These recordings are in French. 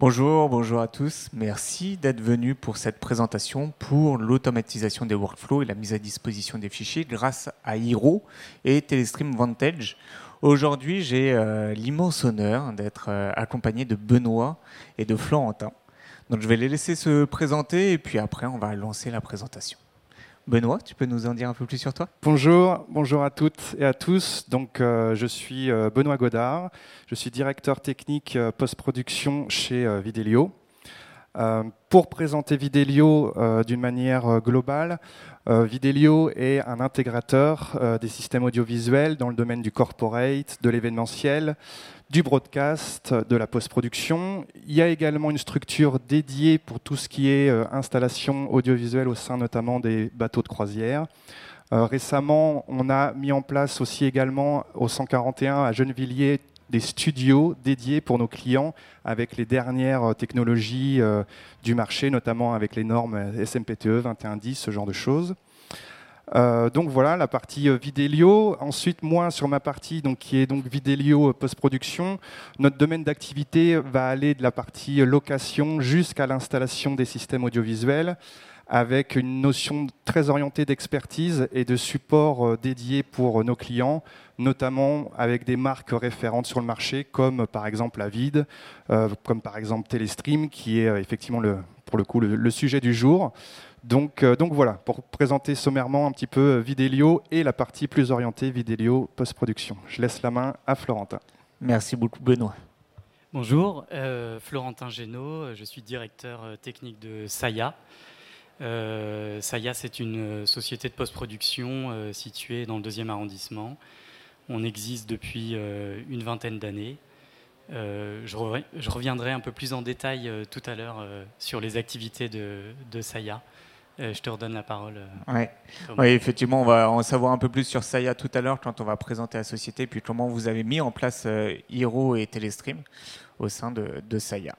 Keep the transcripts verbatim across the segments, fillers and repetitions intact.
Bonjour, bonjour à tous. Merci d'être venus pour cette présentation pour l'automatisation des workflows et la mise à disposition des fichiers grâce à Hiro et Telestream Vantage. Aujourd'hui, j'ai euh, l'immense honneur d'être euh, accompagné de Benoît et de Florentin. Donc, je vais les laisser se présenter et puis après, on va lancer la présentation. Benoît, tu peux nous en dire un peu plus sur toi ? Bonjour, bonjour à toutes et à tous. Donc, euh, je suis euh, Benoît Godard, je suis directeur technique euh, post-production chez euh, Videlio. Euh, pour présenter Videlio euh, d'une manière euh, globale, euh, Videlio est un intégrateur euh, des systèmes audiovisuels dans le domaine du corporate, de l'événementiel, du broadcast, de la post-production. Il y a également une structure dédiée pour tout ce qui est euh, installation audiovisuelle au sein notamment des bateaux de croisière. Euh, récemment, on a mis en place aussi également au cent quarante et un à Gennevilliers des studios dédiés pour nos clients avec les dernières technologies euh, du marché, notamment avec les normes S M P T E vingt et un dix, ce genre de choses. Euh, donc voilà la partie euh, Videlio. Ensuite, moi sur ma partie donc, qui est donc Videlio post-production, notre domaine d'activité va aller de la partie location jusqu'à l'installation des systèmes audiovisuels, avec une notion très orientée d'expertise et de support euh, dédié pour nos clients, notamment avec des marques référentes sur le marché, comme par exemple Avid, euh, comme par exemple Telestream, qui est euh, effectivement le, pour le coup le, le sujet du jour. Donc, euh, donc voilà, pour présenter sommairement un petit peu Videlio et la partie plus orientée Videlio post-production. Je laisse la main à Florentin. Merci beaucoup Benoît. Bonjour, euh, Florentin Génaud, je suis directeur technique de Saya. Euh, Saya, c'est une société de post-production euh, située dans le deuxième arrondissement. On existe depuis euh, une vingtaine d'années. Euh, je, re- je reviendrai un peu plus en détail euh, tout à l'heure euh, sur les activités de, de Saya. Euh, je te redonne la parole. Euh, ouais. Oui, effectivement, on va en savoir un peu plus sur Saya tout à l'heure quand on va présenter la société, puis comment vous avez mis en place euh, Hiro et Telestream au sein de, de Saya.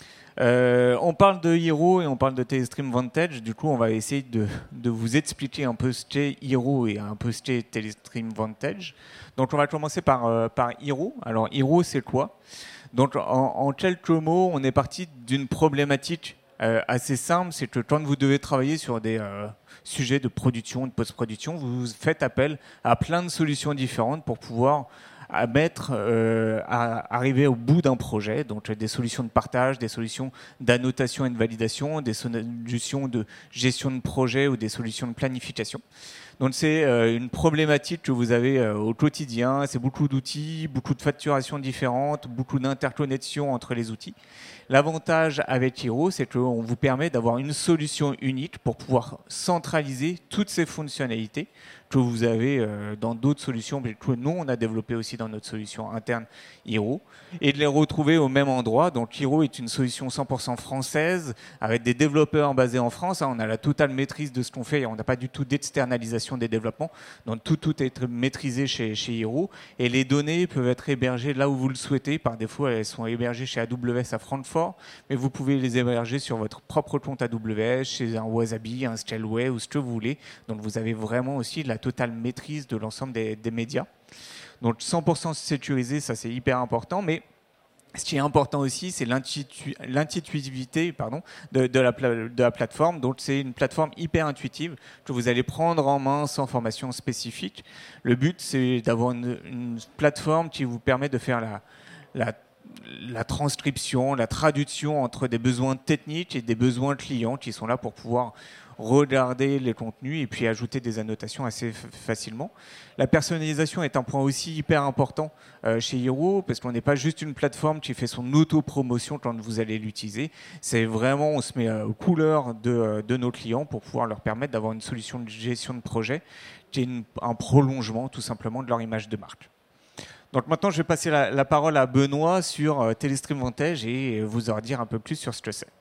Euh, on parle de Hiro et on parle de Telestream Vantage. Du coup, on va essayer de, de vous expliquer un peu ce qu'est Hiro et un peu ce qu'est Telestream Vantage. Donc, on va commencer par, euh, par Hiro. Alors, Hiro, c'est quoi ? Donc, en, en quelques mots, on est parti d'une problématique euh, assez simple. C'est que quand vous devez travailler sur des euh, sujets de production, de post-production, vous faites appel à plein de solutions différentes pour pouvoir à mettre, euh, à arriver au bout d'un projet, donc des solutions de partage, des solutions d'annotation et de validation, des solutions de gestion de projet ou des solutions de planification. Donc c'est euh, une problématique que vous avez euh, au quotidien, c'est beaucoup d'outils, beaucoup de facturations différentes, beaucoup d'interconnexions entre les outils. L'avantage avec Hiro, c'est qu'on vous permet d'avoir une solution unique pour pouvoir centraliser toutes ces fonctionnalités que vous avez euh, dans d'autres solutions, mais que nous, on a développé aussi dans notre solution interne Hiro, et de les retrouver au même endroit. Donc Hiro est une solution cent pour cent française, avec des développeurs basés en France. On a la totale maîtrise de ce qu'on fait, et on n'a pas du tout d'externalisation des développements. Donc tout, tout est maîtrisé chez, chez Hiro, et les données peuvent être hébergées là où vous le souhaitez. Par défaut, elles sont hébergées chez A W S à Francfort, mais vous pouvez les héberger sur votre propre compte A W S, chez un Wasabi, un Scaleway ou ce que vous voulez. Donc vous avez vraiment aussi la totale maîtrise de l'ensemble des, des médias. Donc cent pour cent sécurisé, ça c'est hyper important, mais ce qui est important aussi, c'est l'intuitu- l'intuitivité pardon, de, de, la pla- de la plateforme. Donc c'est une plateforme hyper intuitive que vous allez prendre en main sans formation spécifique. Le but, c'est d'avoir une, une plateforme qui vous permet de faire la, la la transcription, la traduction entre des besoins techniques et des besoins clients qui sont là pour pouvoir regarder les contenus et puis ajouter des annotations assez f- facilement. La personnalisation est un point aussi hyper important euh, chez Hiro, parce qu'on n'est pas juste une plateforme qui fait son auto-promotion quand vous allez l'utiliser. C'est vraiment, on se met euh, aux couleurs de, euh, de nos clients pour pouvoir leur permettre d'avoir une solution de gestion de projet qui est une, un prolongement tout simplement de leur image de marque. Donc maintenant, je vais passer la, la parole à Benoît sur euh, Telestream Vantage et vous en dire un peu plus sur ce que c'est.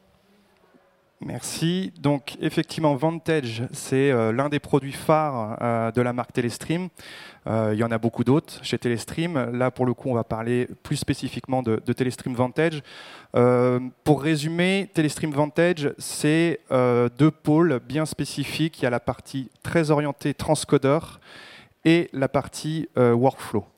Merci. Donc effectivement, Vantage, c'est euh, l'un des produits phares euh, de la marque Telestream. Euh, il y en a beaucoup d'autres chez Telestream. Là, pour le coup, on va parler plus spécifiquement de, de Telestream Vantage. Euh, pour résumer, Telestream Vantage, c'est euh, deux pôles bien spécifiques. Il y a la partie très orientée transcodeur et la partie euh, workflow.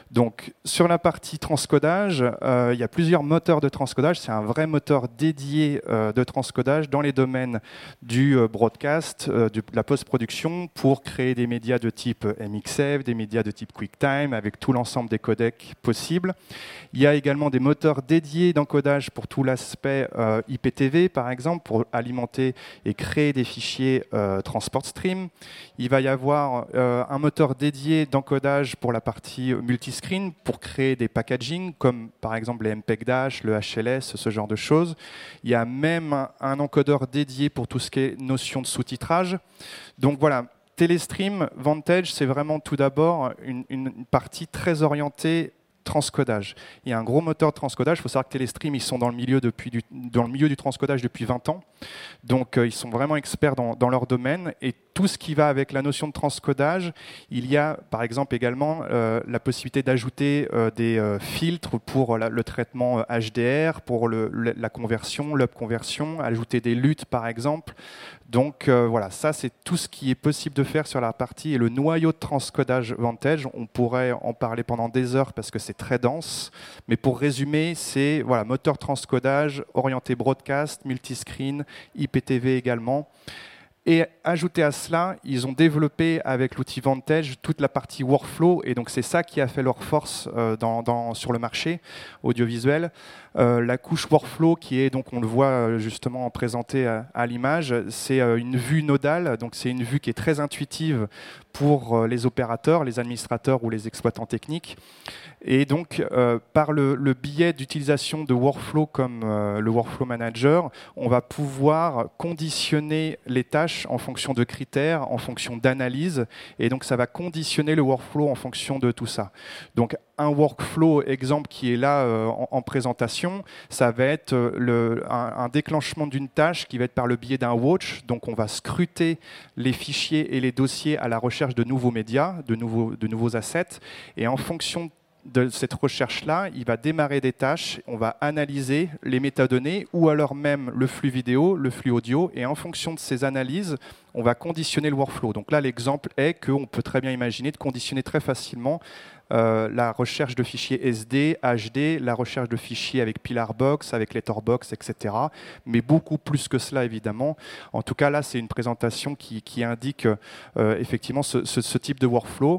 Donc, sur la partie transcodage, euh, il y a plusieurs moteurs de transcodage. C'est un vrai moteur dédié euh, de transcodage dans les domaines du euh, broadcast, euh, de la post-production, pour créer des médias de type M X F, des médias de type QuickTime, avec tout l'ensemble des codecs possibles. Il y a également des moteurs dédiés d'encodage pour tout l'aspect euh, I P T V, par exemple, pour alimenter et créer des fichiers euh, transport stream. Il va y avoir euh, un moteur dédié d'encodage pour la partie multiscreen, pour créer des packaging, comme par exemple les M P E G Dash, le H L S, ce genre de choses. Il y a même un, un encodeur dédié pour tout ce qui est notion de sous-titrage. Donc voilà, Telestream Vantage, c'est vraiment tout d'abord une, une partie très orientée transcodage. Il y a un gros moteur de transcodage. Il faut savoir que Telestream, ils sont dans le milieu, depuis du, dans le milieu du transcodage depuis vingt ans. Donc, euh, ils sont vraiment experts dans, dans leur domaine. Et tout ce qui va avec la notion de transcodage, il y a, par exemple, également euh, la possibilité d'ajouter euh, des euh, filtres pour la, le traitement euh, H D R, pour le, le, la conversion, l'upconversion, ajouter des luttes, par exemple. Donc, euh, voilà, ça, c'est tout ce qui est possible de faire sur la partie et le noyau de transcodage Vantage. On pourrait en parler pendant des heures parce que c'est très dense. Mais pour résumer, c'est voilà, moteur transcodage, orienté broadcast, multiscreen, I P T V également. Et ajouté à cela, ils ont développé avec l'outil Vantage toute la partie workflow, et donc c'est ça qui a fait leur force euh, dans, dans, sur le marché audiovisuel. Euh, la couche workflow, qui est, donc on le voit justement présenté à, à l'image, c'est euh, une vue nodale, donc c'est une vue qui est très intuitive pour euh, les opérateurs, les administrateurs ou les exploitants techniques. Et donc, euh, par le, le biais d'utilisation de workflow comme euh, le Workflow Manager, on va pouvoir conditionner les tâches en fonction de critères, en fonction d'analyse, et donc ça va conditionner le workflow en fonction de tout ça. Donc, un workflow exemple qui est là euh, en, en présentation, ça va être le, un, un déclenchement d'une tâche qui va être par le biais d'un watch. Donc, on va scruter les fichiers et les dossiers à la recherche de nouveaux médias, de nouveaux, de nouveaux assets, et en fonction de cette recherche-là, il va démarrer des tâches, on va analyser les métadonnées ou alors même le flux vidéo, le flux audio, et en fonction de ces analyses, on va conditionner le workflow. Donc là, l'exemple est qu'on peut très bien imaginer de conditionner très facilement euh, la recherche de fichiers S D, H D, la recherche de fichiers avec Pillarbox, avec Letterbox, et cetera. Mais beaucoup plus que cela, évidemment. En tout cas, là, c'est une présentation qui, qui indique euh, effectivement ce, ce, ce type de workflow.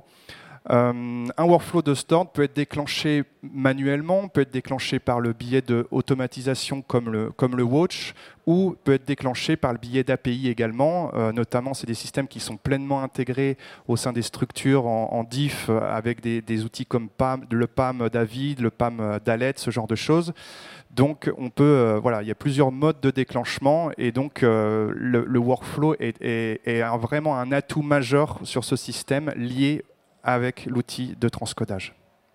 Euh, un workflow de store peut être déclenché manuellement, peut être déclenché par le biais d'automatisation comme le, comme le watch, ou peut être déclenché par le biais d'A P I également. Euh, notamment, c'est des systèmes qui sont pleinement intégrés au sein des structures en, en diff avec des, des outils comme P A M, le P A M d'Avid, le P A M d'Alet, ce genre de choses. Donc, on peut, euh, voilà, il y a plusieurs modes de déclenchement, et donc euh, le, le workflow est, est, est un, vraiment un atout majeur sur ce système lié avec l'outil de transcodage.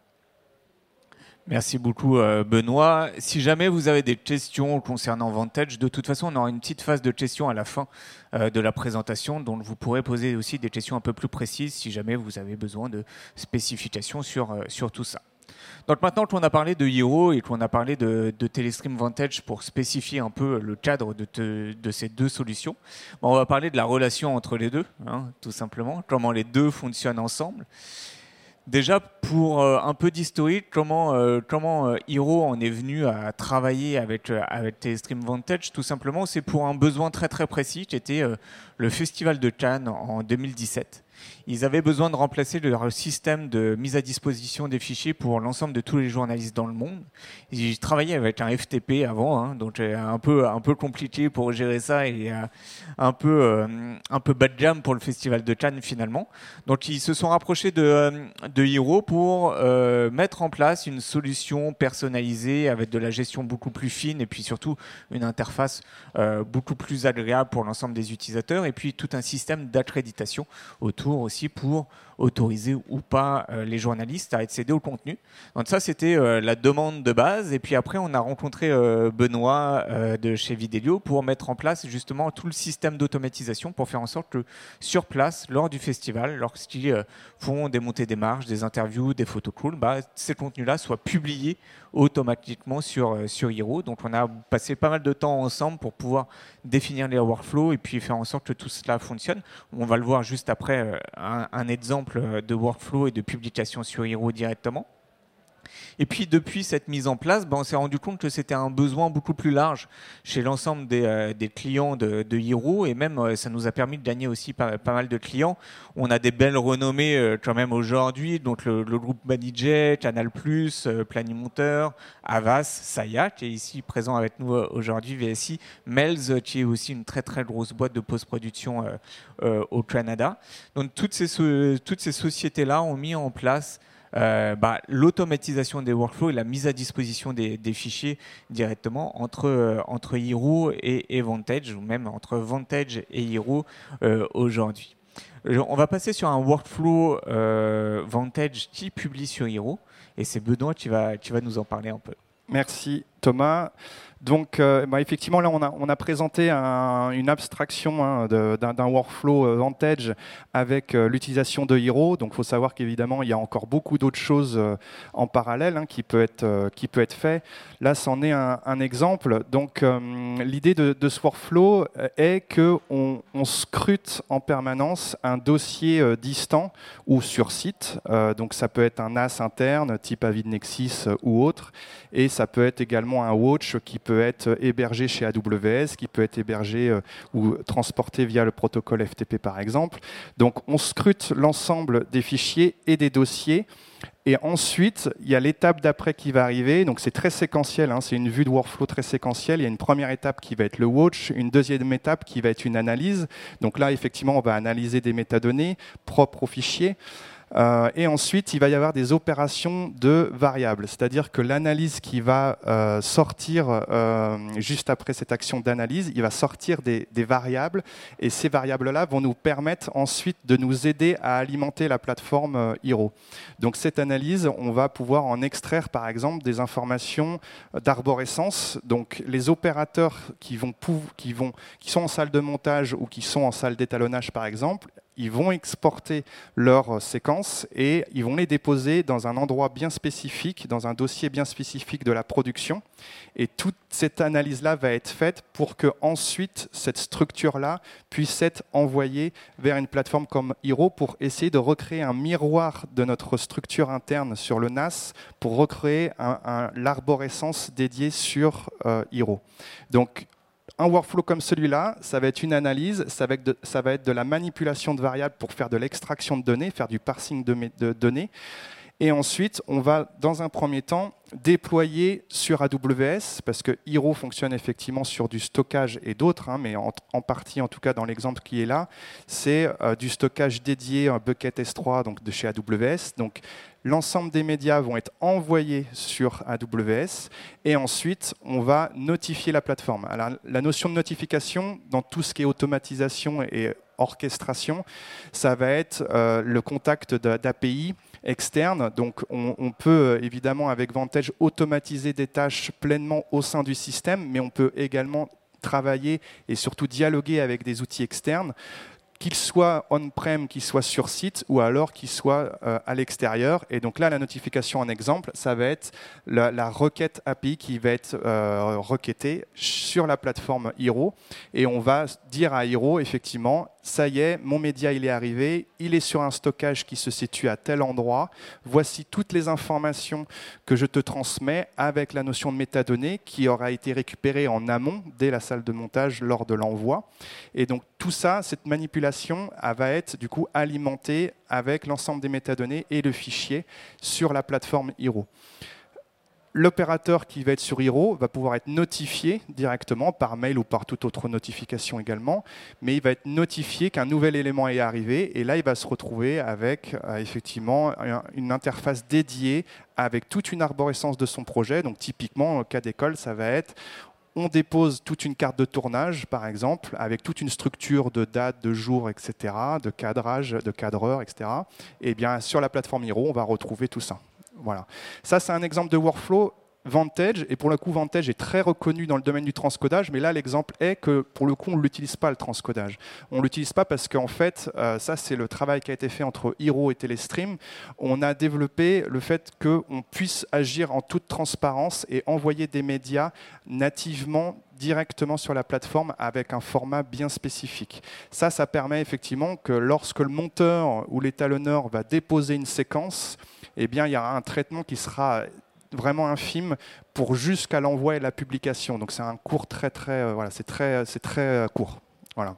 Merci beaucoup Benoît. Si jamais vous avez des questions concernant Vantage, de toute façon on aura une petite phase de questions à la fin de la présentation, dont vous pourrez poser aussi des questions un peu plus précises si jamais vous avez besoin de spécifications sur, sur tout ça. Donc maintenant qu'on a parlé de Hero et qu'on a parlé de, de Telestream Vantage pour spécifier un peu le cadre de, te, de ces deux solutions, bon, on va parler de la relation entre les deux, hein, tout simplement, comment les deux fonctionnent ensemble. Déjà, pour euh, un peu d'historique, comment, euh, comment euh, Hero en est venu à travailler avec, euh, avec Telestream Vantage, tout simplement, c'est pour un besoin très très précis qui était euh, le Festival de Cannes en deux mille dix-sept. Ils avaient besoin de remplacer leur système de mise à disposition des fichiers pour l'ensemble de tous les journalistes dans le monde. Ils travaillaient avec un F T P avant, hein, donc un peu, un peu compliqué pour gérer ça et euh, un peu, euh, un peu bas de gamme pour le Festival de Cannes finalement. Donc ils se sont rapprochés de, de Hero pour euh, mettre en place une solution personnalisée avec de la gestion beaucoup plus fine et puis surtout une interface euh, beaucoup plus agréable pour l'ensemble des utilisateurs et puis tout un système d'accréditation autour aussi pour autoriser ou pas euh, les journalistes à accéder au contenu. Donc ça, c'était euh, la demande de base. Et puis après, on a rencontré euh, Benoît euh, de chez Videlio pour mettre en place justement tout le système d'automatisation pour faire en sorte que sur place, lors du festival, lorsqu'ils euh, font des montées des marches, des interviews, des photos cool, bah, ces contenus-là soient publiés automatiquement sur, euh, sur Hero. Donc on a passé pas mal de temps ensemble pour pouvoir définir les workflows et puis faire en sorte que tout cela fonctionne. On va le voir juste après, euh, un, un exemple de workflow et de publication sur Hero directement. Et puis depuis cette mise en place, ben, on s'est rendu compte que c'était un besoin beaucoup plus large chez l'ensemble des, euh, des clients de, de Hiro, et même euh, ça nous a permis de gagner aussi pas, pas mal de clients. On a des belles renommées euh, quand même aujourd'hui, donc le, le groupe Banijay, Canal plus, euh, Planimonteur, Havas, Saya qui est ici présent avec nous euh, aujourd'hui, V S I, Melz euh, qui est aussi une très très grosse boîte de post-production euh, euh, au Canada. Donc toutes ces, so- toutes ces sociétés-là ont mis en place Euh, bah, l'automatisation des workflows et la mise à disposition des, des fichiers directement entre, euh, entre Hiro et, et Vantage, ou même entre Vantage et Hiro euh, aujourd'hui. On va passer sur un workflow euh, Vantage qui publie sur Hiro, et c'est Benoît qui va, qui va nous en parler un peu. Merci Thomas. Donc, euh, bah, effectivement, là, on a, on a présenté un, une abstraction hein, de, d'un, d'un workflow euh, Vantage avec euh, l'utilisation de Hiro. Donc, il faut savoir qu'évidemment, il y a encore beaucoup d'autres choses euh, en parallèle hein, qui peut être euh, qui peut être fait. Là, c'en est un, un exemple. Donc, euh, l'idée de, de ce workflow est que on, on scrute en permanence un dossier euh, distant ou sur site. Euh, donc, ça peut être un N A S interne, type Avidnexis euh, ou autre, et ça peut être également un watch qui peut être hébergé chez A W S, qui peut être hébergé euh, ou transporté via le protocole F T P par exemple. Donc on scrute l'ensemble des fichiers et des dossiers. Et ensuite, il y a l'étape d'après qui va arriver. Donc c'est très séquentiel, hein, c'est une vue de workflow très séquentielle. Il y a une première étape qui va être le watch, une deuxième étape qui va être une analyse. Donc là, effectivement, on va analyser des métadonnées propres au fichier. Euh, et ensuite, il va y avoir des opérations de variables, c'est-à-dire que l'analyse qui va euh, sortir euh, juste après cette action d'analyse, il va sortir des, des variables, et ces variables-là vont nous permettre ensuite de nous aider à alimenter la plateforme euh, Hiro. Donc cette analyse, on va pouvoir en extraire par exemple des informations d'arborescence. Donc les opérateurs qui, vont pou- qui, vont, qui sont en salle de montage ou qui sont en salle d'étalonnage par exemple, ils vont exporter leurs séquences et ils vont les déposer dans un endroit bien spécifique, dans un dossier bien spécifique de la production. Et toute cette analyse-là va être faite pour que ensuite cette structure-là puisse être envoyée vers une plateforme comme Hiro pour essayer de recréer un miroir de notre structure interne sur le N A S pour recréer un, un, l'arborescence dédiée sur euh, Hiro. Donc, un workflow comme celui-là, ça va être une analyse, ça va être, de, ça va être de la manipulation de variables pour faire de l'extraction de données, faire du parsing de, de données. Et ensuite, on va, dans un premier temps, déployer sur A W S, parce que Hiro fonctionne effectivement sur du stockage et d'autres, hein, mais en, en partie, en tout cas dans l'exemple qui est là, c'est euh, du stockage dédié, un bucket S trois donc de chez A W S. Donc, l'ensemble des médias vont être envoyés sur A W S et ensuite, on va notifier la plateforme. Alors, la notion de notification, dans tout ce qui est automatisation et orchestration, ça va être euh, le contact d'A P I externe. Donc, on, on peut évidemment, avec Vantage, automatiser des tâches pleinement au sein du système, mais on peut également travailler et surtout dialoguer avec des outils externes, qu'ils soient on-prem, qu'ils soient sur site, ou alors qu'ils soient euh, à l'extérieur. Et donc là, la notification en exemple, ça va être la, la requête A P I qui va être euh, requêtée sur la plateforme Hiro. Et on va dire à Hiro, effectivement, ça y est, mon média, il est arrivé, il est sur un stockage qui se situe à tel endroit. Voici toutes les informations que je te transmets avec la notion de métadonnées qui aura été récupérée en amont dès la salle de montage lors de l'envoi. Et donc tout ça, cette manipulation, elle va être du coup alimentée avec l'ensemble des métadonnées et le fichier sur la plateforme Hiro. L'opérateur qui va être sur Hiro va pouvoir être notifié directement par mail ou par toute autre notification également, mais il va être notifié qu'un nouvel élément est arrivé et là il va se retrouver avec euh, effectivement une interface dédiée avec toute une arborescence de son projet. Donc typiquement, au cas d'école, ça va être on dépose toute une carte de tournage, par exemple, avec toute une structure de date, de jour, et cetera, de cadrage, de cadreur, et cetera. Et bien sur la plateforme Hiro, on va retrouver tout ça. Voilà. Ça, c'est un exemple de workflow Vantage, et pour le coup, Vantage est très reconnu dans le domaine du transcodage, mais là, l'exemple est que, pour le coup, on ne l'utilise pas, le transcodage. On ne l'utilise pas parce qu'en fait, euh, ça, c'est le travail qui a été fait entre Hiro et Telestream. On a développé le fait qu'on puisse agir en toute transparence et envoyer des médias nativement directement sur la plateforme avec un format bien spécifique. Ça, ça permet effectivement que lorsque le monteur ou l'étalonneur va déposer une séquence, eh bien, il y a un traitement qui sera vraiment infime pour jusqu'à l'envoi et la publication. Donc c'est un cours très très euh, voilà, c'est très c'est très euh, court. Voilà.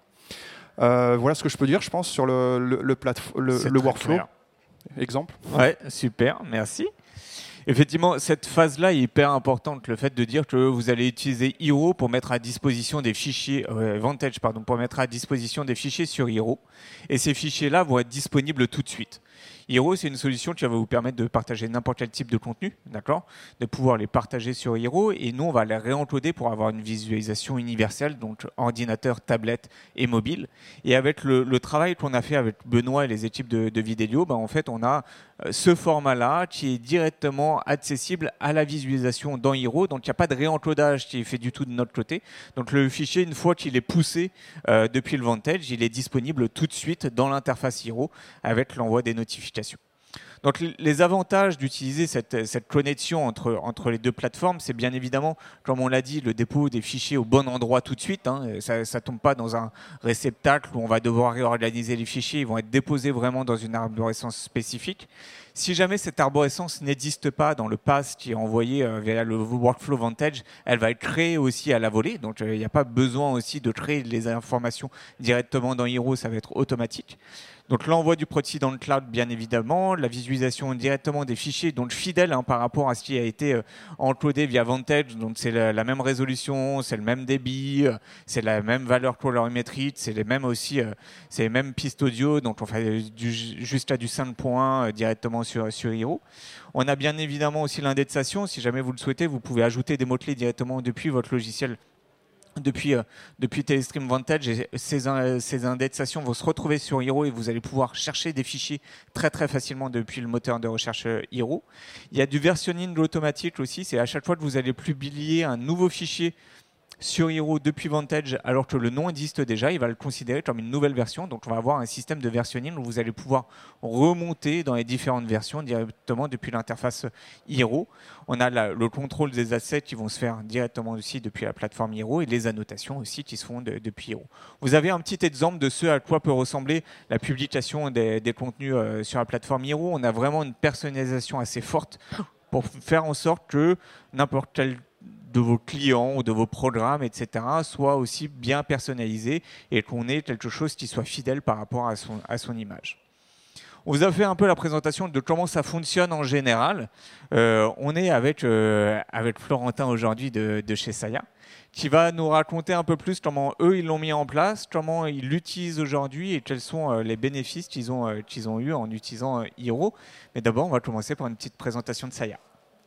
Euh, voilà ce que je peux dire, je pense, sur le le, le, platef- le, le workflow. Clair. Exemple. Ouais, super, merci. Effectivement, cette phase-là est hyper importante, le fait de dire que vous allez utiliser Hero pour mettre à disposition des fichiers, euh, Vantage, pardon, pour mettre à disposition des fichiers sur Hero. Et ces fichiers-là vont être disponibles tout de suite. Hero, c'est une solution qui va vous permettre de partager n'importe quel type de contenu, d'accord, de pouvoir les partager sur Hero, et nous, on va les réencoder pour avoir une visualisation universelle, donc ordinateur, tablette et mobile. Et avec le, le travail qu'on a fait avec Benoît et les équipes de, de Vidélio, ben, en fait, on a ce format-là qui est directement accessible à la visualisation dans Hero, donc il n'y a pas de réencodage qui est fait du tout de notre côté. Donc le fichier, une fois qu'il est poussé euh, depuis le Vantage, il est disponible tout de suite dans l'interface Hero avec l'envoi des notifications. Donc les avantages d'utiliser cette, cette connexion entre, entre les deux plateformes, c'est bien évidemment, comme on l'a dit, le dépôt des fichiers au bon endroit tout de suite. Hein. Ça ne tombe pas dans un réceptacle où on va devoir réorganiser les fichiers. Ils vont être déposés vraiment dans une arborescence spécifique. Si jamais cette arborescence n'existe pas dans le pass qui est envoyé euh, via le workflow Vantage, elle va être créée aussi à la volée. Donc il euh, n'y a pas besoin aussi de créer les informations directement dans Hero, ça va être automatique. Donc l'envoi du proxy dans le cloud, bien évidemment, la visualisation directement des fichiers, donc fidèle hein, par rapport à ce qui a été euh, encodé via Vantage. Donc c'est la, la même résolution, c'est le même débit, euh, c'est la même valeur colorimétrique, c'est les mêmes aussi, euh, c'est les mêmes pistes audio. Donc on fait du, jusqu'à du cinq point un euh, directement sur sur Hero. On a bien évidemment aussi l'indexation. Si jamais vous le souhaitez, vous pouvez ajouter des mots-clés directement depuis votre logiciel. Depuis, euh, depuis Telestream Vantage, et ces, euh, ces indexations vont se retrouver sur Hero et vous allez pouvoir chercher des fichiers très très facilement depuis le moteur de recherche euh, Hero. Il y a du versionning automatique aussi, c'est à chaque fois que vous allez publier un nouveau fichier sur Hero depuis Vantage alors que le nom existe déjà, il va le considérer comme une nouvelle version. Donc on va avoir un système de versionning où vous allez pouvoir remonter dans les différentes versions directement depuis l'interface Hero. On a la, le contrôle des assets qui vont se faire directement aussi depuis la plateforme Hero et les annotations aussi qui se font de, depuis Hero. Vous avez un petit exemple de ce à quoi peut ressembler la publication des, des contenus euh, sur la plateforme Hero. On a vraiment une personnalisation assez forte pour faire en sorte que n'importe quel de vos clients ou de vos programmes, et cetera, soit aussi bien personnalisé et qu'on ait quelque chose qui soit fidèle par rapport à son, à son image. On vous a fait un peu la présentation de comment ça fonctionne en général. Euh, on est avec, euh, avec Florentin aujourd'hui de, de chez Saya, qui va nous raconter un peu plus comment eux ils l'ont mis en place, comment ils l'utilisent aujourd'hui et quels sont euh, les bénéfices qu'ils ont, euh, qu'ils ont eu en utilisant euh, Hero. Mais d'abord, on va commencer par une petite présentation de Saya.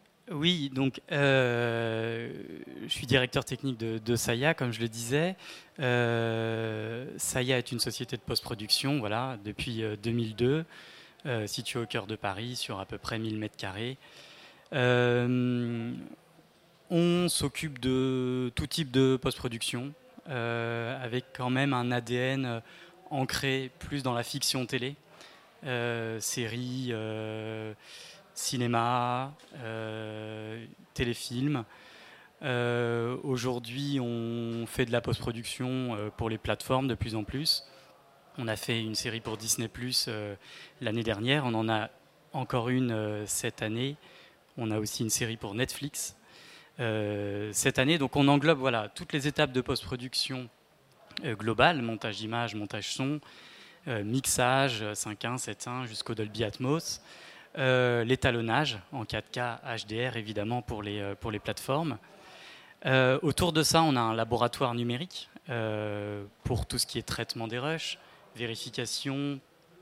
Oui, donc euh, je suis directeur technique de, de Saya, comme je le disais. Euh, Saya est une société de post-production, voilà, depuis euh, deux mille deux, euh, située au cœur de Paris, sur à peu près mille mètres carrés. Euh, on s'occupe de tout type de post-production, euh, avec quand même un A D N ancré plus dans la fiction télé, euh, séries. Euh, cinéma, euh, téléfilm. Euh, aujourd'hui, on fait de la post-production euh, pour les plateformes de plus en plus. On a fait une série pour Disney plus, euh, l'année dernière. On en a encore une euh, cette année. On a aussi une série pour Netflix euh, cette année. Donc on englobe voilà, toutes les étapes de post-production euh, globale, montage d'image, montage son, euh, mixage cinq un, sept un jusqu'au Dolby Atmos. Euh, l'étalonnage en quatre K H D R évidemment pour les, euh, pour les plateformes. Euh, autour de ça, on a un laboratoire numérique euh, pour tout ce qui est traitement des rushs, vérification,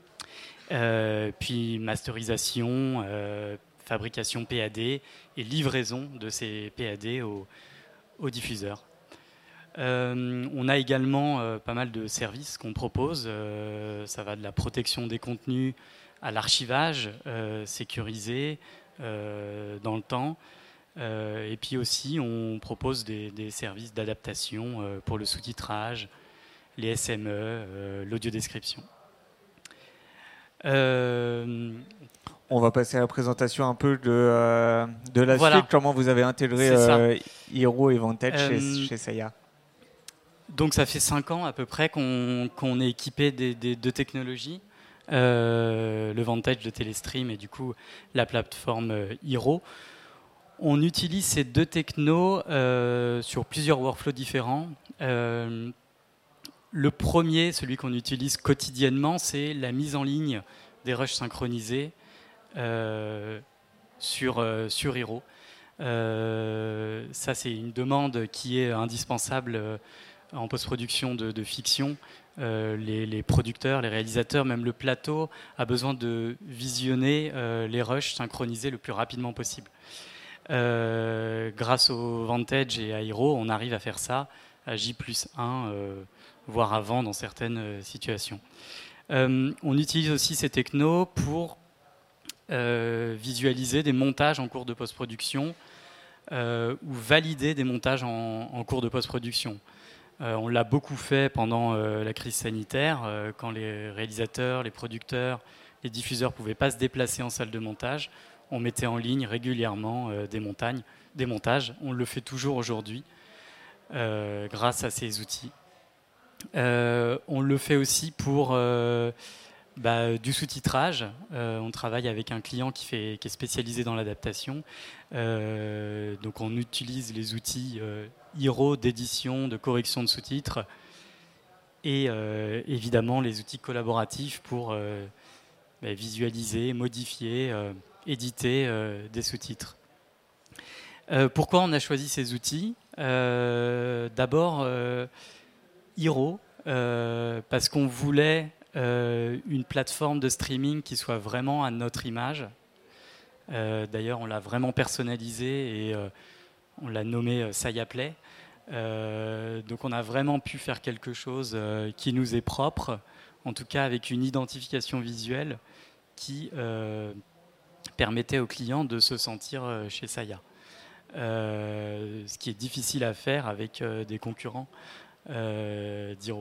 euh, puis masterisation, euh, fabrication P A D et livraison de ces P A D aux, aux diffuseurs. Euh, on a également euh, pas mal de services qu'on propose. Euh, ça va de la protection des contenus à l'archivage euh, sécurisé euh, dans le temps. Euh, et puis aussi, on propose des, des services d'adaptation euh, pour le sous-titrage, les S M E, euh, l'audiodescription. Euh, On va passer à la présentation un peu de, euh, de la voilà. suite, comment vous avez intégré euh, Hero et Vantage euh, chez, chez Saya. Donc ça fait cinq ans à peu près qu'on, qu'on est équipé des, des, de technologies. euh, le Vantage de Telestream et du coup la plateforme euh, Hiro. On utilise ces deux technos euh, sur plusieurs workflows différents. Euh, le premier, celui qu'on utilise quotidiennement, c'est la mise en ligne des rushs synchronisés euh, sur, euh, sur Hiro. Euh, ça, c'est une demande qui est indispensable euh, en post-production de, de fiction. Euh, les, les producteurs, les réalisateurs, même le plateau a besoin de visionner euh, les rushs synchronisés le plus rapidement possible. Euh, grâce au Vantage et à Hiro, on arrive à faire ça à J plus un, euh, voire avant dans certaines euh, situations. Euh, on utilise aussi ces technos pour euh, visualiser des montages en cours de post-production euh, ou valider des montages en, en cours de post-production. Euh, on l'a beaucoup fait pendant euh, la crise sanitaire, euh, quand les réalisateurs, les producteurs, les diffuseurs ne pouvaient pas se déplacer en salle de montage. On mettait en ligne régulièrement euh, des, montagnes, des montages. On le fait toujours aujourd'hui euh, grâce à ces outils. Euh, on le fait aussi pour euh, bah, du sous-titrage. Euh, on travaille avec un client qui, fait, qui est spécialisé dans l'adaptation. Euh, donc on utilise les outils euh, Hiro d'édition, de correction de sous-titres et euh, évidemment les outils collaboratifs pour euh, bah, visualiser, modifier, euh, éditer euh, des sous-titres. Euh, pourquoi on a choisi ces outils ? euh, D'abord, euh, Hiro, euh, parce qu'on voulait euh, une plateforme de streaming qui soit vraiment à notre image. Euh, d'ailleurs, on l'a vraiment personnalisé et euh, on l'a nommé euh, Saya Play. Euh, donc on a vraiment pu faire quelque chose euh, qui nous est propre, en tout cas avec une identification visuelle qui euh, permettait aux clients de se sentir euh, chez Saya. Euh, ce qui est difficile à faire avec euh, des concurrents euh, d'Hiro.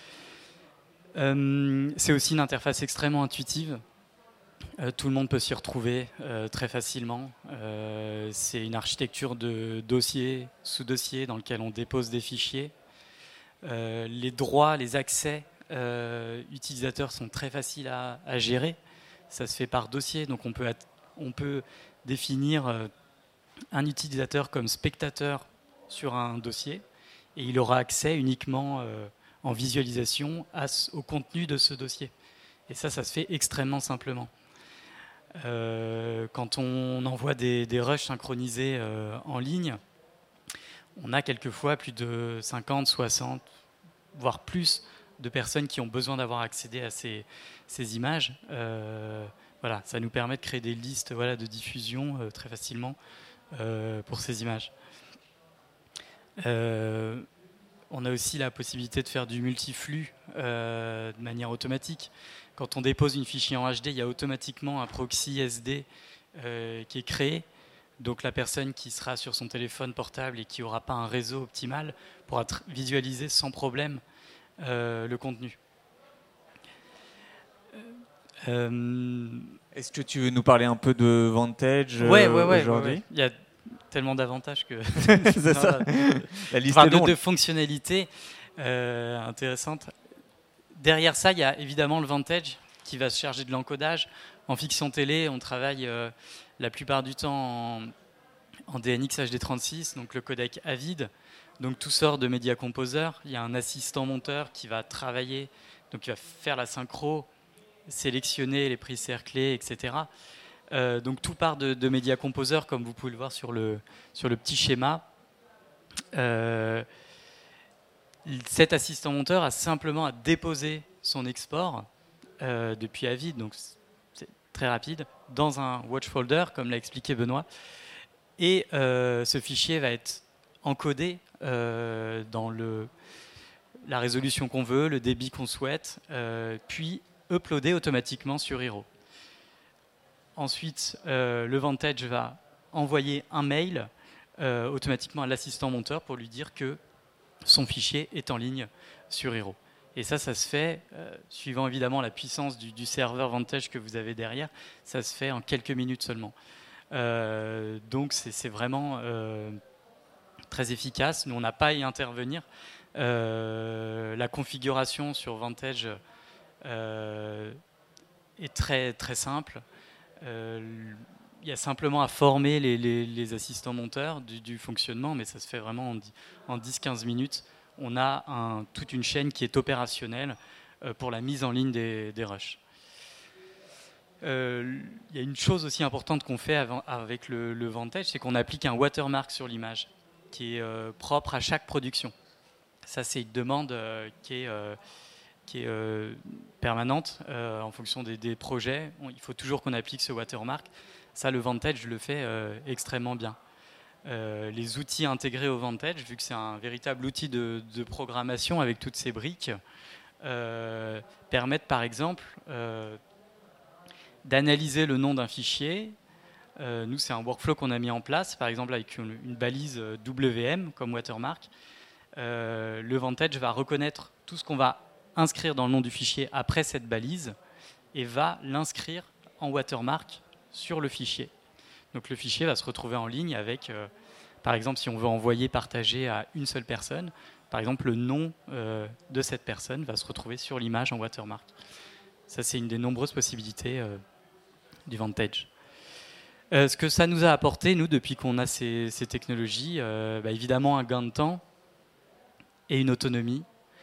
Euh, c'est aussi une interface extrêmement intuitive. Euh, tout le monde peut s'y retrouver euh, très facilement. Euh, c'est une architecture de dossier, sous-dossier dans lequel on dépose des fichiers. Euh, les droits, les accès euh, utilisateurs sont très faciles à, à gérer. Ça se fait par dossier, donc on peut, on peut définir euh, un utilisateur comme spectateur sur un dossier et il aura accès uniquement euh, en visualisation à, au contenu de ce dossier. Et ça, ça se fait extrêmement simplement. Euh, quand on envoie des, des rushs synchronisés euh, en ligne, on a quelquefois plus de cinquante, soixante, voire plus de personnes qui ont besoin d'avoir accédé à ces, ces images. Euh, voilà, ça nous permet de créer des listes voilà, de diffusion euh, très facilement euh, pour ces images. Euh, on a aussi la possibilité de faire du multiflux euh, de manière automatique. Quand on dépose une fichier en H D, il y a automatiquement un proxy S D euh, qui est créé. Donc la personne qui sera sur son téléphone portable et qui n'aura pas un réseau optimal pourra visualiser sans problème euh, le contenu. Euh, Est-ce que tu veux nous parler un peu de Vantage euh, ouais, ouais, ouais, aujourd'hui ? ouais, ouais. Il y a tellement d'avantages que... C'est ça. La liste enfin, est de, longue. de fonctionnalités euh, intéressantes. Derrière ça, il y a évidemment le Vantage qui va se charger de l'encodage. En fiction télé, on travaille euh, la plupart du temps en, en D N X H D trente-six, donc le codec Avid. Donc tout sort de Media Composer. Il y a un assistant monteur qui va travailler, donc qui va faire la synchro, sélectionner les prises cerclées, et cetera. Euh, donc tout part de, de Media Composer, comme vous pouvez le voir sur le, sur le petit schéma. Euh, cet assistant monteur a simplement à déposer son export euh, depuis Avid, donc c'est très rapide, dans un watch folder, comme l'a expliqué Benoît. Et euh, ce fichier va être encodé euh, dans le, la résolution qu'on veut, le débit qu'on souhaite, euh, puis uploadé automatiquement sur Hiro. Ensuite, euh, le Vantage va envoyer un mail euh, automatiquement à l'assistant monteur pour lui dire que son fichier est en ligne sur Hiro. Et ça, ça se fait, euh, suivant évidemment la puissance du, du serveur Vantage que vous avez derrière, ça se fait en quelques minutes seulement. Euh, donc c'est, c'est vraiment euh, très efficace. Nous, on n'a pas à y intervenir. Euh, la configuration sur Vantage euh, est très, très simple. Euh, il y a simplement à former les, les, les assistants monteurs du, du fonctionnement, mais ça se fait vraiment en dix à quinze minutes. On a un, toute une chaîne qui est opérationnelle euh, pour la mise en ligne des, des rushs. Euh, il y a une chose aussi importante qu'on fait avant, avec le, le Vantage, c'est qu'on applique un watermark sur l'image qui est euh, propre à chaque production. Ça, c'est une demande euh, qui est, euh, qui est euh, permanente euh, en fonction des, des projets. On, il faut toujours qu'on applique ce watermark. Ça, le Vantage le fait euh, extrêmement bien. Euh, les outils intégrés au Vantage, vu que c'est un véritable outil de, de programmation avec toutes ces briques, euh, permettent par exemple euh, d'analyser le nom d'un fichier. Euh, nous, c'est un workflow qu'on a mis en place, par exemple avec une, une balise W M comme watermark. Euh, le Vantage va reconnaître tout ce qu'on va inscrire dans le nom du fichier après cette balise et va l'inscrire en watermark sur le fichier. Donc le fichier va se retrouver en ligne avec, euh, par exemple, si on veut envoyer, partager à une seule personne, par exemple, le nom euh, de cette personne va se retrouver sur l'image en watermark. Ça, c'est une des nombreuses possibilités euh, du Vantage. Euh, ce que ça nous a apporté, nous, depuis qu'on a ces, ces technologies, euh, bah, évidemment un gain de temps et une autonomie,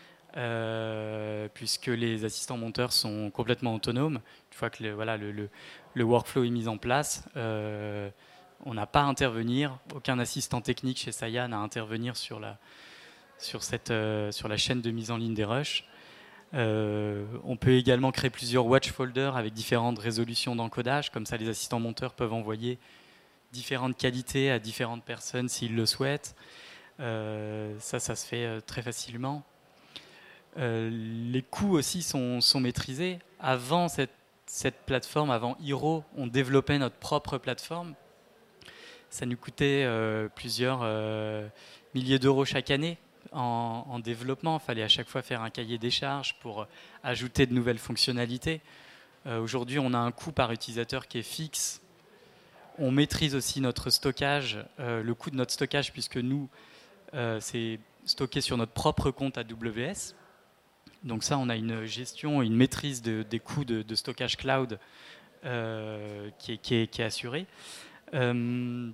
euh, puisque les assistants monteurs sont complètement autonomes. Une fois que le, voilà, le, le, le workflow est mis en place, euh, on n'a pas à intervenir, aucun assistant technique chez Saya n'a à intervenir sur la, sur cette, euh, sur la chaîne de mise en ligne des rushs. Euh, on peut également créer plusieurs watch folders avec différentes résolutions d'encodage, comme ça les assistants monteurs peuvent envoyer différentes qualités à différentes personnes s'ils le souhaitent. Euh, ça, ça se fait euh, très facilement. Euh, les coûts aussi sont, sont maîtrisés. Avant cette, cette plateforme, avant Hiro, on développait notre propre plateforme. Ça nous coûtait euh, plusieurs euh, milliers d'euros chaque année en, en développement. Il fallait à chaque fois faire un cahier des charges pour ajouter de nouvelles fonctionnalités. Euh, aujourd'hui, on a un coût par utilisateur qui est fixe. On maîtrise aussi notre stockage, euh, le coût de notre stockage, puisque nous, euh, c'est stocké sur notre propre compte A W S. Donc ça, on a une gestion, une maîtrise de, des coûts de, de stockage cloud euh, qui, est, qui, est, qui est assurée. Euh,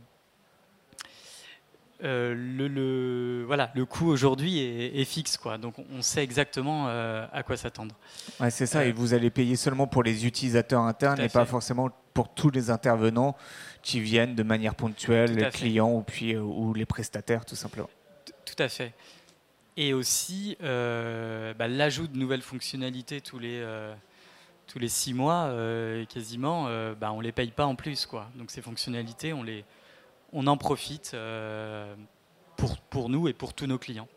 euh, le, le, voilà, le coût aujourd'hui est, est fixe, quoi. Donc on sait exactement euh, à quoi s'attendre. Ouais, c'est ça, Euh, et vous allez payer seulement pour les utilisateurs internes et pas forcément pour tous les intervenants qui viennent de manière ponctuelle, les clients ou, puis, euh, ou les prestataires, tout simplement. Tout à fait. Et aussi euh, bah, l'ajout de nouvelles fonctionnalités tous les, euh, tous les six mois, euh, quasiment, euh, bah, on ne les paye pas en plus, quoi. Donc ces fonctionnalités, on, les, on en profite euh, pour, pour nous et pour tous nos clients.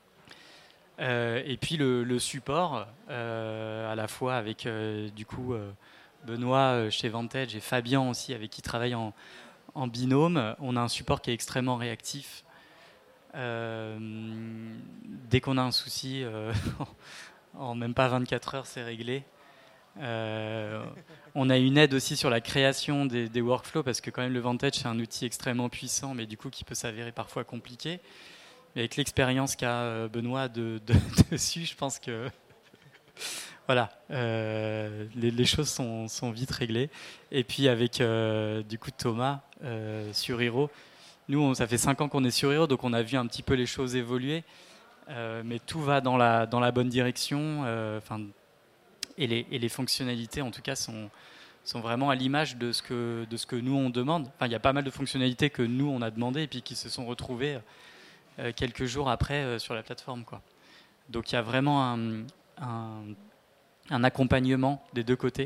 Euh, et puis le, le support, euh, à la fois avec euh, du coup, euh, Benoît chez Vantage et Fabien aussi, avec qui travaille en, en binôme. On a un support qui est extrêmement réactif. Euh, dès qu'on a un souci, euh, en même pas vingt-quatre heures, c'est réglé. Euh, on a une aide aussi sur la création des, des workflows, parce que quand même le Vantage, c'est un outil extrêmement puissant, mais du coup qui peut s'avérer parfois compliqué. Mais avec l'expérience qu'a Benoît de, de, dessus, je pense que voilà, euh, les, les choses sont, sont vite réglées. Et puis avec euh, du coup Thomas euh, sur Hiro, nous, on, ça fait cinq ans qu'on est sur Hiro, donc on a vu un petit peu les choses évoluer, euh, mais tout va dans la, dans la bonne direction. Euh, et, les, et les fonctionnalités, en tout cas, sont, sont vraiment à l'image de ce que, de ce que nous, on demande. Enfin, il y a pas mal de fonctionnalités que nous, on a demandées et puis qui se sont retrouvées euh, quelques jours après euh, sur la plateforme, quoi. Donc, il y a vraiment un, un, un accompagnement des deux côtés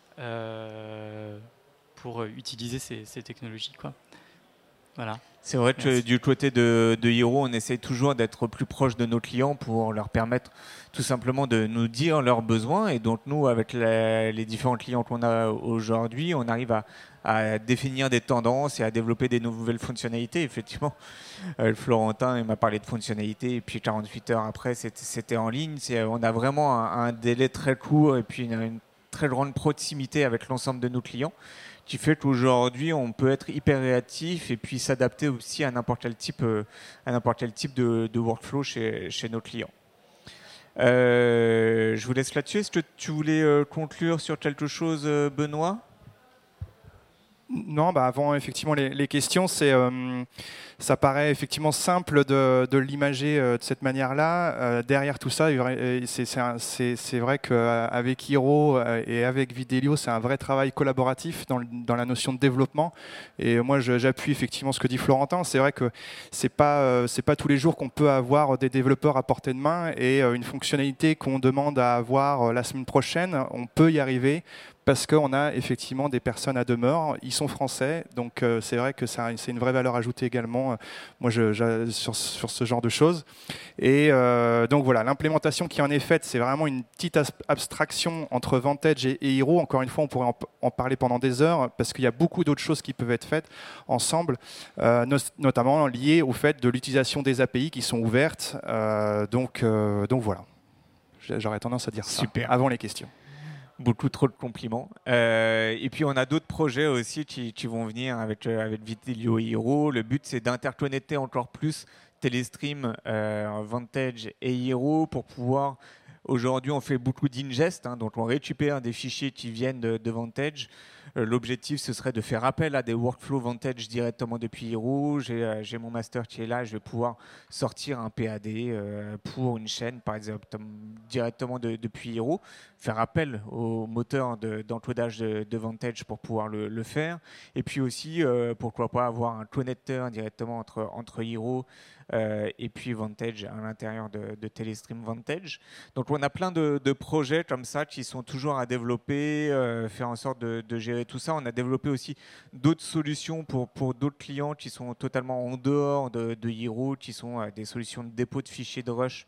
euh, pour utiliser ces, ces technologies, quoi. Voilà. C'est vrai que Merci. Du côté de, de Hiro, on essaie toujours d'être plus proche de nos clients pour leur permettre tout simplement de nous dire leurs besoins. Et donc nous, avec les, les différents clients qu'on a aujourd'hui, on arrive à, à définir des tendances et à développer des nouvelles fonctionnalités. Effectivement, euh, Florentin il m'a parlé de fonctionnalités et puis quarante-huit heures après, c'était, c'était en ligne. C'est, on a vraiment un, un délai très court et puis une, une très grande proximité avec l'ensemble de nos clients, qui fait qu'aujourd'hui, on peut être hyper réactif et puis s'adapter aussi à n'importe quel type, à n'importe quel type de, de workflow chez, chez nos clients. Euh, je vous laisse là-dessus. Est-ce que tu voulais euh, conclure sur quelque chose, euh, Benoît ? Non, bah avant effectivement les, les questions, c'est, euh, ça paraît effectivement simple de, de l'imager euh, de cette manière-là. Euh, derrière tout ça, c'est, c'est, un, c'est, c'est vrai qu'avec Hiro euh, et avec Videlio, c'est un vrai travail collaboratif dans, le, dans la notion de développement. Et moi, je, j'appuie effectivement ce que dit Florentin. C'est vrai que c'est pas, euh, c'est pas tous les jours qu'on peut avoir des développeurs à portée de main et euh, une fonctionnalité qu'on demande à avoir euh, la semaine prochaine, on peut y arriver. Parce qu'on a effectivement des personnes à demeure, ils sont français, donc euh, c'est vrai que ça, c'est une vraie valeur ajoutée également, euh, moi, je, je, sur, sur ce genre de choses. Et euh, donc voilà, l'implémentation qui en est faite, c'est vraiment une petite abstraction entre Vantage et, et Hiro. Encore une fois, on pourrait en, en parler pendant des heures, parce qu'il y a beaucoup d'autres choses qui peuvent être faites ensemble, euh, no, notamment liées au fait de l'utilisation des A P I qui sont ouvertes. Euh, donc, euh, donc voilà, j'aurais tendance à dire Super. Ça avant les questions. Beaucoup trop de compliments. Euh, et puis on a d'autres projets aussi qui, qui vont venir avec, euh, avec Videlio et Hiro. Le but, c'est d'interconnecter encore plus Telestream, euh, Vantage et Hiro pour pouvoir... Aujourd'hui, on fait beaucoup d'ingest, hein, donc on récupère des fichiers qui viennent de, de Vantage. Euh, l'objectif, ce serait de faire appel à des workflows Vantage directement depuis Hiro. J'ai, euh, j'ai mon master qui est là, je vais pouvoir sortir un P A D euh, pour une chaîne, par exemple, directement de, depuis Hiro, faire appel au moteur de, d'encodage de, de Vantage pour pouvoir le, le faire. Et puis aussi, euh, pourquoi pas avoir un connecteur directement entre, entre Hiro euh, et puis Vantage à l'intérieur de, de Telestream Vantage. Donc on a plein de, de projets comme ça qui sont toujours à développer, euh, faire en sorte de, de gérer tout ça. On a développé aussi d'autres solutions pour, pour d'autres clients qui sont totalement en dehors de, de Hiro, qui sont euh, des solutions de dépôt de fichiers de rush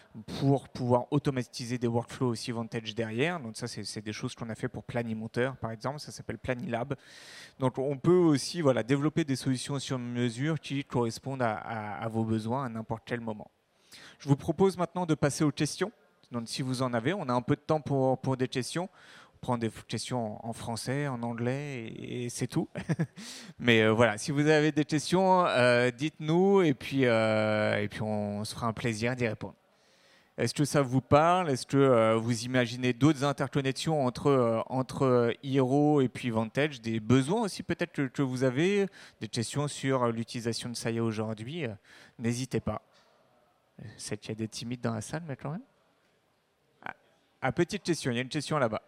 pour pouvoir automatiser des workflows aussi Vantage derrière. Donc ça, c'est, c'est des choses qu'on a fait pour Planimonteur, par exemple. Ça s'appelle Planilab. Donc on peut aussi voilà, développer des solutions sur mesure qui correspondent à, à, à vos besoins à n'importe quel moment. Je vous propose maintenant de passer aux questions. Donc si vous en avez, on a un peu de temps pour, pour des questions. On prend des questions en français, en anglais, et, et c'est tout. Mais euh, voilà, si vous avez des questions, euh, dites-nous, et puis, euh, et puis on se fera un plaisir d'y répondre. Est-ce que ça vous parle ? Est-ce que euh, vous imaginez d'autres interconnexions entre, euh, entre Hiro et puis Vantage ? Des besoins aussi peut-être que, que vous avez ? Des questions sur l'utilisation de Saya aujourd'hui ? euh, N'hésitez pas. C'est qu'il y a des timides dans la salle, mais quand même. Ah, ah, petite question, il y a une question là-bas.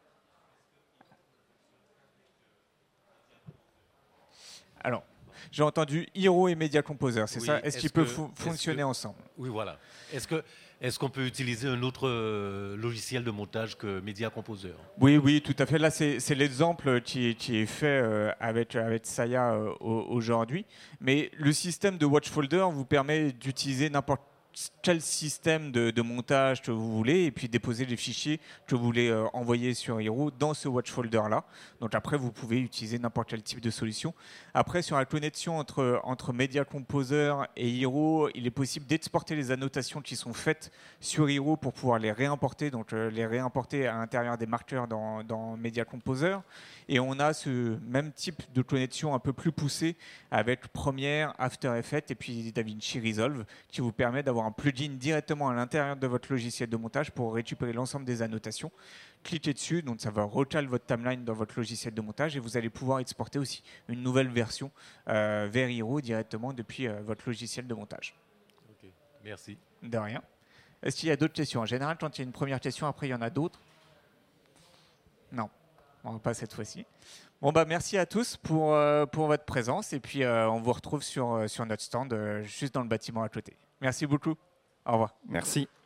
Alors, j'ai entendu Hiro et Media Composer, c'est oui, ça ? Est-ce, est-ce qu'ils peuvent fo- fonctionner que, ensemble ? Oui, voilà. Est-ce, que, est-ce qu'on peut utiliser un autre euh, logiciel de montage que Media Composer ? Oui, oui, tout à fait. Là, c'est, c'est l'exemple qui, qui est fait euh, avec, avec Saya euh, aujourd'hui. Mais le système de Watchfolder vous permet d'utiliser n'importe quel système de, de montage que vous voulez et puis déposer les fichiers que vous voulez euh, envoyer sur Hiro dans ce watch folder là. Donc après vous pouvez utiliser n'importe quel type de solution. Après sur la connexion entre, entre Media Composer et Hiro, il est possible d'exporter les annotations qui sont faites sur Hiro pour pouvoir les réimporter, donc euh, les réimporter à l'intérieur des marqueurs dans, dans Media Composer. Et on a ce même type de connexion un peu plus poussé avec Premiere, After Effects et puis DaVinci Resolve qui vous permet d'avoir un plugin directement à l'intérieur de votre logiciel de montage pour récupérer l'ensemble des annotations. Cliquez dessus, donc ça va recaler votre timeline dans votre logiciel de montage et vous allez pouvoir exporter aussi une nouvelle version euh, vers Hiro directement depuis euh, votre logiciel de montage. Ok, merci. De rien. Est-ce qu'il y a d'autres questions ? En général, quand il y a une première question, après il y en a d'autres ? Non. On pas cette fois-ci. Bon bah merci à tous pour, euh, pour votre présence et puis euh, on vous retrouve sur, sur notre stand euh, juste dans le bâtiment à côté. Merci beaucoup. Au revoir. Merci.